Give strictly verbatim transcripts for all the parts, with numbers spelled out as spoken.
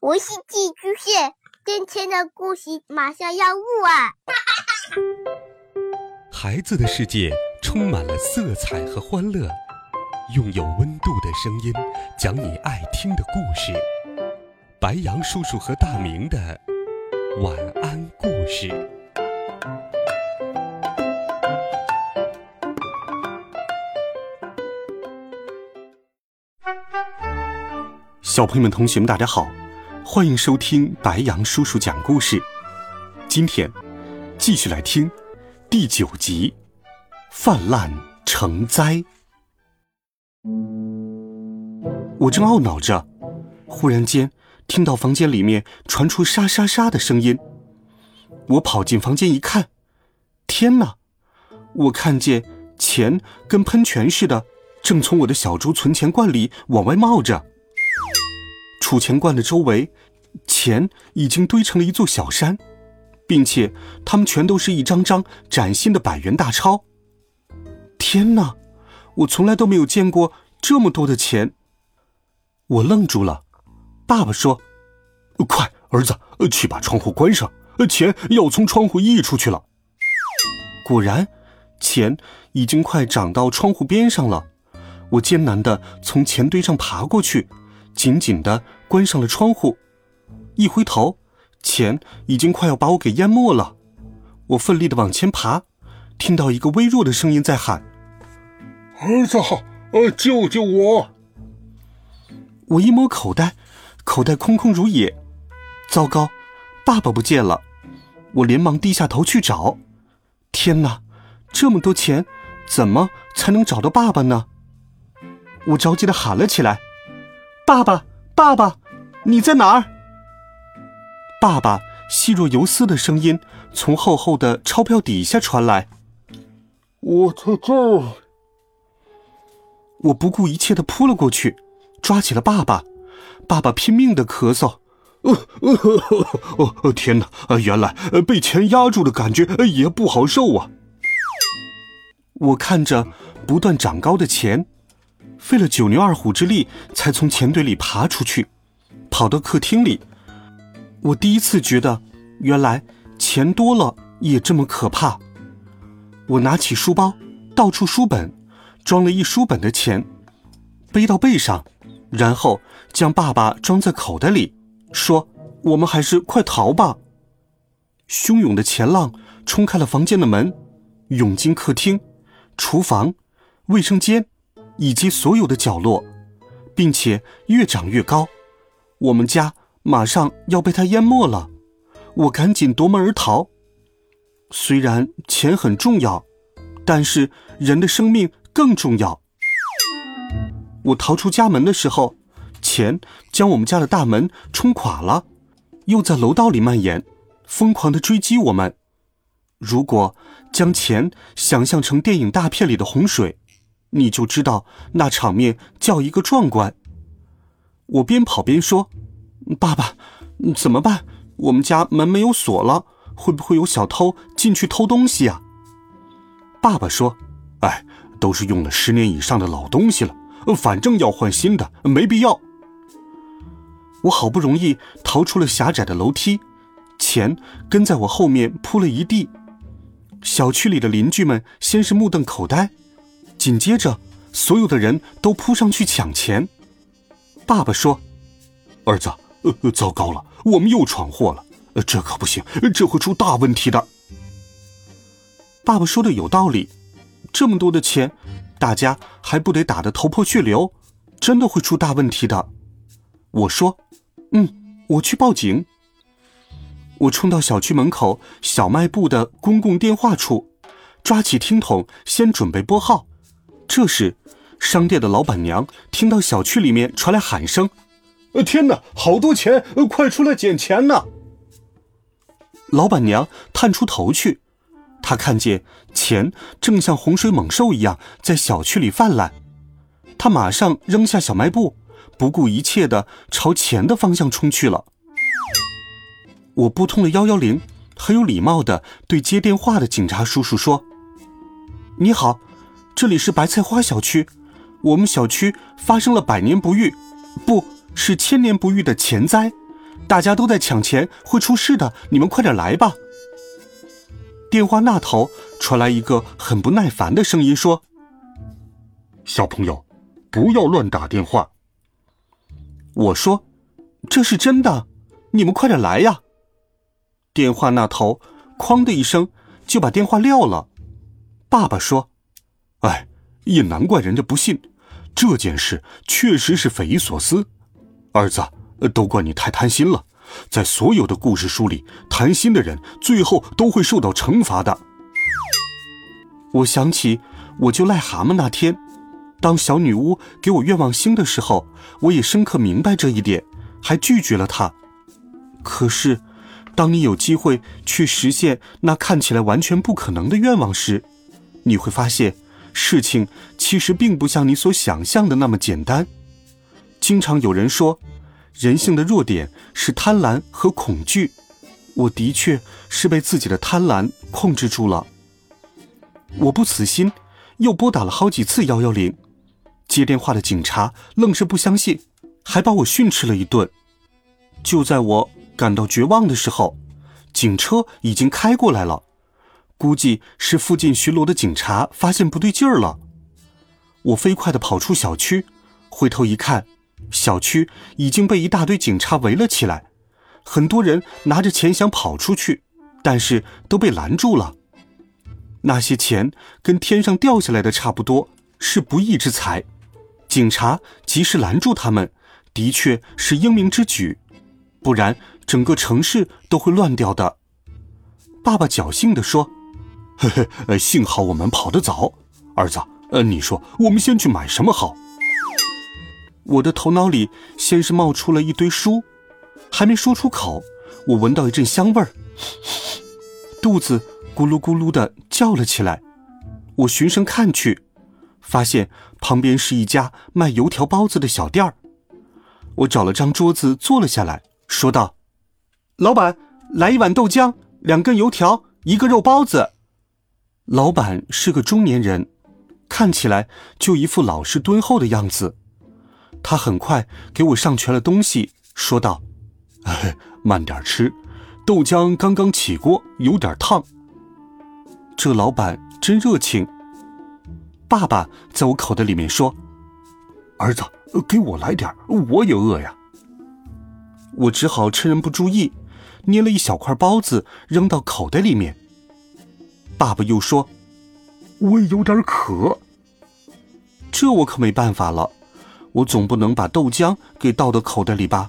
我是寄居蟹，今天的故事马上要录啊！ 孩子的世界充满了色彩和欢乐，用有温度的声音讲你爱听的故事。白羊叔叔和大明的晚安故事。小朋友们同学们大家好，欢迎收听白羊叔叔讲故事。今天继续来听第九集，泛滥成灾。我正懊恼着，忽然间听到房间里面传出沙沙沙的声音。我跑进房间一看，天哪，我看见钱跟喷泉似的正从我的小猪存钱罐里往外冒着。储钱罐的周围，钱已经堆成了一座小山，并且它们全都是一张张崭新的百元大钞。天哪，我从来都没有见过这么多的钱。我愣住了。爸爸说：快，儿子，去把窗户关上，钱要从窗户溢出去了。果然，钱已经快长到窗户边上了。我艰难地从钱堆上爬过去，紧紧地关上了窗户。一回头，钱已经快要把我给淹没了。我奋力地往前爬，听到一个微弱的声音在喊： 儿子，呃，救救我！ 我一摸口袋，口袋空空如也。糟糕，爸爸不见了！我连忙低下头去找。天哪，这么多钱，怎么才能找到爸爸呢？我着急地喊了起来：爸爸，爸爸，你在哪儿？爸爸细若游丝的声音从厚厚的钞票底下传来： 我在这儿。 我不顾一切地扑了过去，抓起了爸爸。爸爸拼命地咳嗽。呃呃呃、天哪，原来被钱压住的感觉也不好受啊！我看着不断长高的钱，费了九牛二虎之力才从钱堆里爬出去，跑到客厅里。我第一次觉得原来钱多了也这么可怕。我拿起书包，到处书本，装了一书本的钱，背到背上，然后将爸爸装在口袋里，说：我们还是快逃吧。汹涌的钱浪冲开了房间的门，涌进客厅、厨房、卫生间以及所有的角落，并且越长越高。我们家马上要被它淹没了。我赶紧夺门而逃。虽然钱很重要，但是人的生命更重要。我逃出家门的时候，钱将我们家的大门冲垮了，又在楼道里蔓延，疯狂地追击我们。如果将钱想象成电影大片里的洪水，你就知道那场面叫一个壮观。我边跑边说：爸爸，怎么办？我们家门没有锁了，会不会有小偷进去偷东西啊？爸爸说：哎，都是用了十年以上的老东西了，反正要换新的，没必要。我好不容易逃出了狭窄的楼梯，钱跟在我后面铺了一地。小区里的邻居们先是目瞪口呆，紧接着所有的人都扑上去抢钱。爸爸说：儿子，呃，糟糕了，我们又闯祸了，呃，这可不行，这会出大问题的。爸爸说的有道理，这么多的钱，大家还不得打得头破血流，真的会出大问题的。我说：嗯，我去报警。我冲到小区门口小卖部的公共电话处，抓起听筒先准备拨号。这时商店的老板娘听到小区里面传来喊声：天哪，好多钱，快出来捡钱呐！老板娘探出头去，她看见钱正像洪水猛兽一样在小区里泛滥。她马上扔下小卖部，不顾一切地朝钱的方向冲去了。我拨通了一一零，很有礼貌地对接电话的警察叔叔说：你好，这里是白菜花小区，我们小区发生了百年不遇，不是千年不遇的钱灾， 大家都在抢钱，会出事的，你们快点来吧。”电话那头传来一个很不耐烦的声音说：“ 小朋友，不要乱打电话。” 我说：“这是真的，你们快点来呀。”电话那头哐的一声就把电话撂了。爸爸说：“ 哎，也难怪人家不信，这件事确实是匪夷所思。儿子，都怪你太贪心了，在所有的故事书里，贪心的人最后都会受到惩罚的。” 我想起我救癞蛤蟆那天，当小女巫给我愿望星的时候，我也深刻明白这一点，还拒绝了她。可是当你有机会去实现那看起来完全不可能的愿望时，你会发现事情其实并不像你所想象的那么简单。经常有人说人性的弱点是贪婪和恐惧，我的确是被自己的贪婪控制住了。我不死心，又拨打了好几次一一零，接电话的警察愣是不相信，还把我训斥了一顿。就在我感到绝望的时候，警车已经开过来了，估计是附近巡逻的警察发现不对劲儿了。我飞快地跑出小区，回头一看，小区已经被一大堆警察围了起来，很多人拿着钱想跑出去，但是都被拦住了。那些钱跟天上掉下来的差不多，是不义之财，警察及时拦住他们，的确是英明之举，不然整个城市都会乱掉的。爸爸侥幸地说：“ 嘿嘿，幸好我们跑得早。儿子，呃，你说我们先去买什么好？” 我的头脑里先是冒出了一堆书，还没说出口，我闻到一阵香味儿，肚子咕噜咕噜地叫了起来。我循声看去，发现旁边是一家卖油条包子的小店儿。我找了张桌子坐了下来，说道：“老板，来一碗豆浆，两根油条，一个肉包子。”老板是个中年人，看起来就一副老实敦厚的样子。他很快给我上全了东西，说道：“ 哎，慢点吃，豆浆刚刚起锅，有点烫。” 这老板真热情。爸爸在我口袋里面说：“ 儿子，给我来点，我也饿呀。” 我只好趁人不注意，捏了一小块包子扔到口袋里面。爸爸又说：“ 我也有点渴。” 这我可没办法了，我总不能把豆浆给倒到口袋里吧。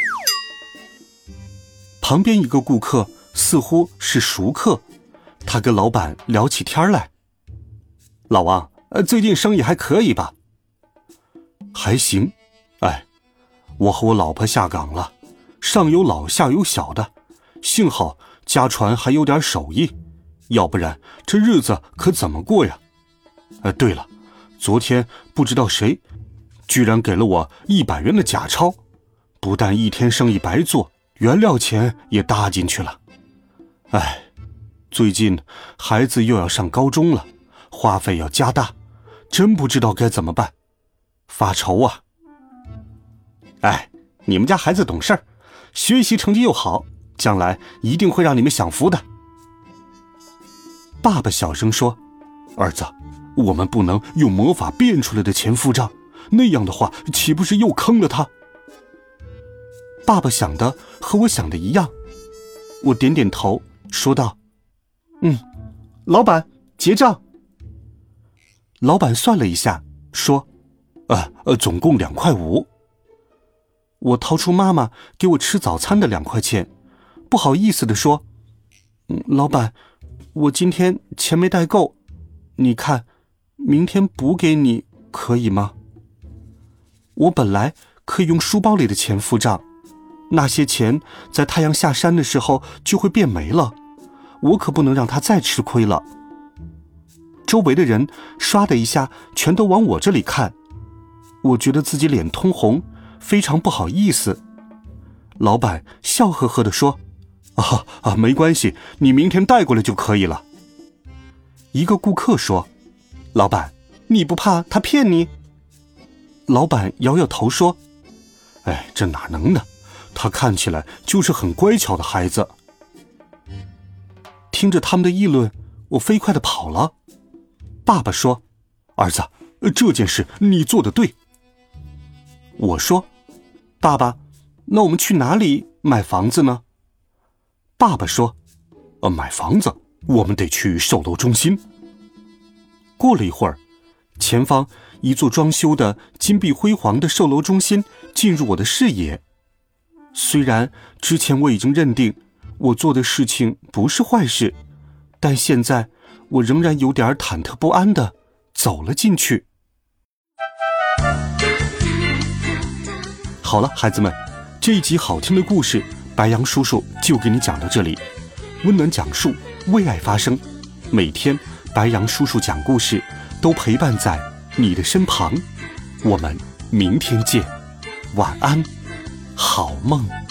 旁边一个顾客似乎是熟客，他跟老板聊起天来：“老王，呃，最近生意还可以吧？”“ 还行。哎，我和我老婆下岗了，上有老下有小的，幸好家传还有点手艺，要不然这日子可怎么过呀？呃，对了，昨天不知道谁居然给了我一百元的假钞，不但一天生意白做，原料钱也搭进去了。哎，最近孩子又要上高中了，花费要加大，真不知道该怎么办，发愁啊。”“ 哎，你们家孩子懂事儿，学习成绩又好，将来一定会让你们享福的。” 爸爸小声说：“儿子，我们不能用魔法变出来的钱付账，那样的话岂不是又坑了他？” 爸爸想的和我想的一样，我点点头说道：“嗯，老板，结账。”老板算了一下说：“ 呃呃，总共两块五。” 我掏出妈妈给我吃早餐的两块钱，不好意思地说：“嗯，老板，我今天钱没带够，你看，明天补给你可以吗？”我本来可以用书包里的钱付账，那些钱在太阳下山的时候就会变没了，我可不能让他再吃亏了。周围的人唰的一下全都往我这里看，我觉得自己脸通红，非常不好意思。老板笑呵呵地说：“ 啊啊，没关系，你明天带过来就可以了。” 一个顾客说：“老板，你不怕他骗你？”老板摇摇头说：“ 哎，这哪能呢？ 他看起来就是很乖巧的孩子。 听着他们的议论，我飞快地跑了。爸爸说：“ 儿子，这件事你做得对。” 我说：“爸爸，那我们去哪里买房子呢？” 爸爸说：“呃，买房子，我们得去售楼中心。” 过了一会儿，前方一座装修的金碧辉煌的售楼中心进入我的视野。虽然之前我已经认定我做的事情不是坏事，但现在我仍然有点忐忑不安地走了进去。好了，孩子们，这一集好听的故事，白羊叔叔就给你讲到这里。温暖讲述，为爱发声，每天白羊叔叔讲故事都陪伴在你的身旁。我们明天见，晚安，好梦。